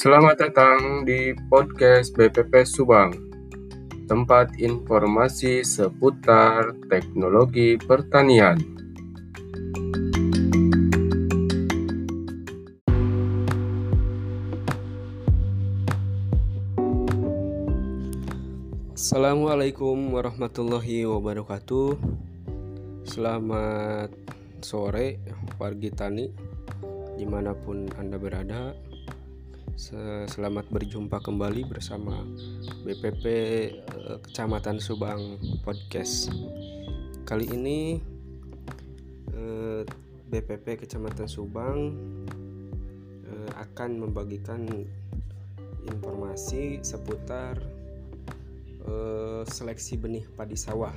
Selamat datang di podcast BPP Subang, tempat informasi seputar teknologi pertanian. Assalamualaikum warahmatullahi wabarakatuh. Selamat sore wargi tani dimanapun Anda berada. Selamat berjumpa kembali bersama BPP Kecamatan Subang Podcast. Kali ini BPP Kecamatan Subang akan membagikan informasi seputar seleksi benih padi sawah.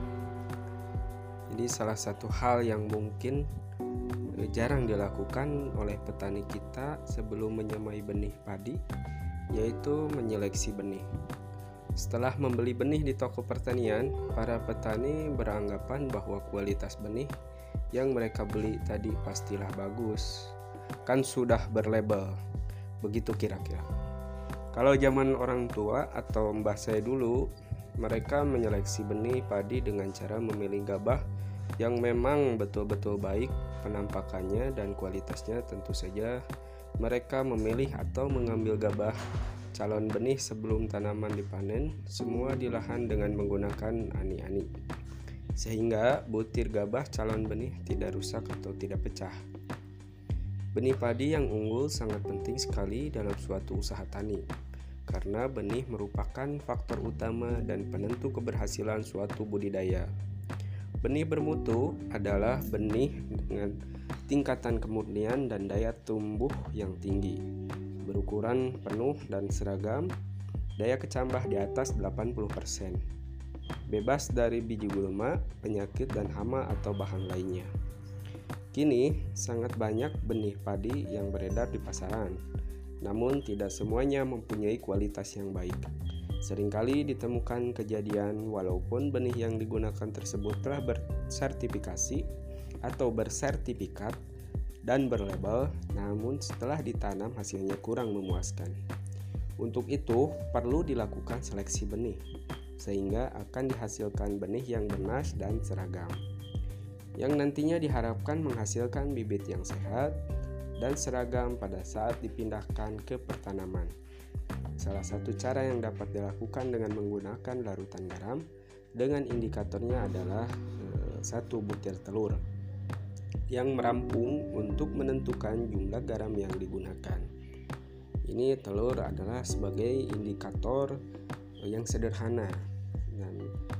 Ini salah satu hal yang mungkin jarang dilakukan oleh petani kita sebelum menyemai benih padi, yaitu menyeleksi benih. Setelah membeli benih di toko pertanian, para petani beranggapan bahwa kualitas benih yang mereka beli tadi pastilah bagus, kan sudah berlabel. Begitu kira-kira. Kalau zaman orang tua atau mbah saya dulu, mereka menyeleksi benih padi dengan cara memilih gabah yang memang betul-betul baik penampakannya dan kualitasnya. Tentu saja mereka memilih atau mengambil gabah calon benih sebelum tanaman dipanen, semua di lahan dengan menggunakan ani-ani, sehingga butir gabah calon benih tidak rusak atau tidak pecah. Benih padi yang unggul sangat penting sekali dalam suatu usaha tani, karena benih merupakan faktor utama dan penentu keberhasilan suatu budidaya. Benih bermutu adalah benih dengan tingkatan kemurnian dan daya tumbuh yang tinggi, berukuran penuh dan seragam, daya kecambah di atas 80%, bebas dari biji gulma, penyakit dan hama atau bahan lainnya. Kini sangat banyak benih padi yang beredar di pasaran, namun tidak semuanya mempunyai kualitas yang baik. Seringkali ditemukan kejadian walaupun benih yang digunakan tersebut telah bersertifikasi atau bersertifikat dan berlabel, namun setelah ditanam hasilnya kurang memuaskan. Untuk itu perlu dilakukan seleksi benih, sehingga akan dihasilkan benih yang bernas dan seragam, yang nantinya diharapkan menghasilkan bibit yang sehat dan seragam pada saat dipindahkan ke pertanaman. Salah satu cara yang dapat dilakukan dengan menggunakan larutan garam dengan indikatornya adalah 1 butir telur yang merampung untuk menentukan jumlah garam yang digunakan. Ini telur adalah sebagai indikator yang sederhana dan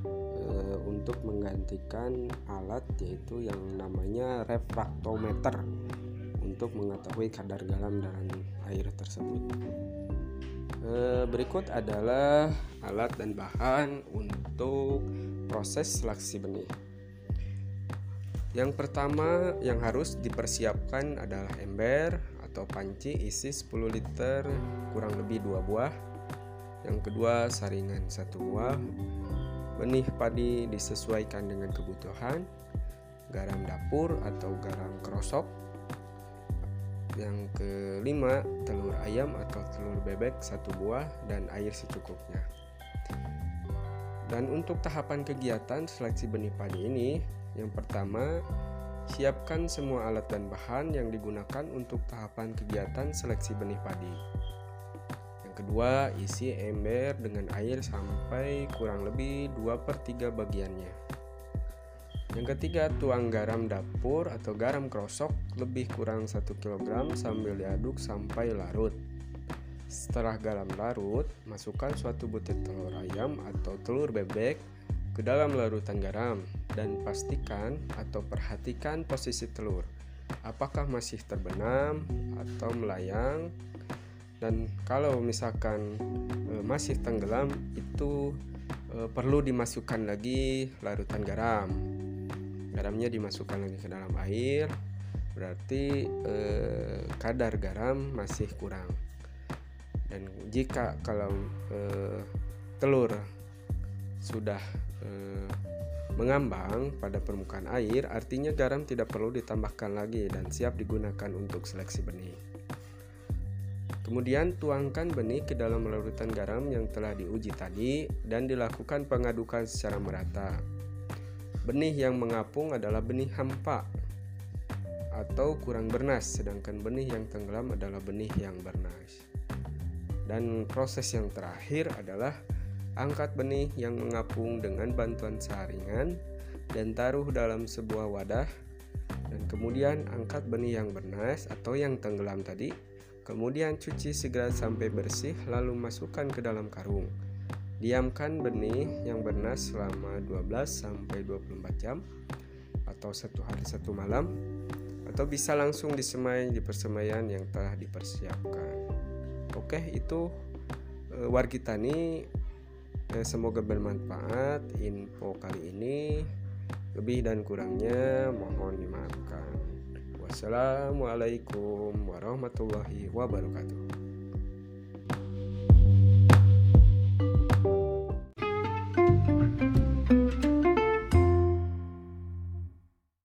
untuk menggantikan alat yaitu yang namanya refraktometer untuk mengetahui kadar garam dalam air tersebut. Berikut adalah alat dan bahan untuk proses seleksi benih. Yang pertama yang harus dipersiapkan adalah ember atau panci isi 10 liter kurang lebih 2 buah. Yang kedua saringan 1 buah. Benih padi disesuaikan dengan kebutuhan. Garam dapur atau garam krosok. Yang kelima, telur ayam atau telur bebek 1 buah dan air secukupnya. Dan untuk tahapan kegiatan seleksi benih padi ini, yang pertama, siapkan semua alat dan bahan yang digunakan untuk tahapan kegiatan seleksi benih padi. Yang kedua, isi ember dengan air sampai kurang lebih 2/3 bagiannya. Yang ketiga, tuang garam dapur atau garam krosok lebih kurang 1 kg sambil diaduk sampai larut. Setelah garam larut, masukkan suatu butir telur ayam atau telur bebek ke dalam larutan garam dan pastikan atau perhatikan posisi telur. Apakah masih terbenam atau melayang? Dan kalau misalkan masih tenggelam, itu perlu dimasukkan lagi larutan garam. Garamnya dimasukkan lagi ke dalam air, berarti kadar garam masih kurang. Dan jika kalau telur sudah mengambang pada permukaan air, artinya garam tidak perlu ditambahkan lagi dan siap digunakan untuk seleksi benih. Kemudian tuangkan benih ke dalam larutan garam yang telah diuji tadi dan dilakukan pengadukan secara merata. Benih yang mengapung adalah benih hampa atau kurang bernas, sedangkan benih yang tenggelam adalah benih yang bernas. Dan proses yang terakhir adalah angkat benih yang mengapung dengan bantuan saringan dan taruh dalam sebuah wadah. Dan kemudian angkat benih yang bernas atau yang tenggelam tadi, kemudian cuci segera sampai bersih, lalu masukkan ke dalam karung. Diamkan benih yang bernas selama 12-24 jam atau 1 hari 1 malam, atau bisa langsung disemai di persemaian yang telah dipersiapkan. Oke, itu Wargitani. Semoga bermanfaat info kali ini. Lebih dan kurangnya mohon dimaafkan. Wassalamualaikum warahmatullahi wabarakatuh.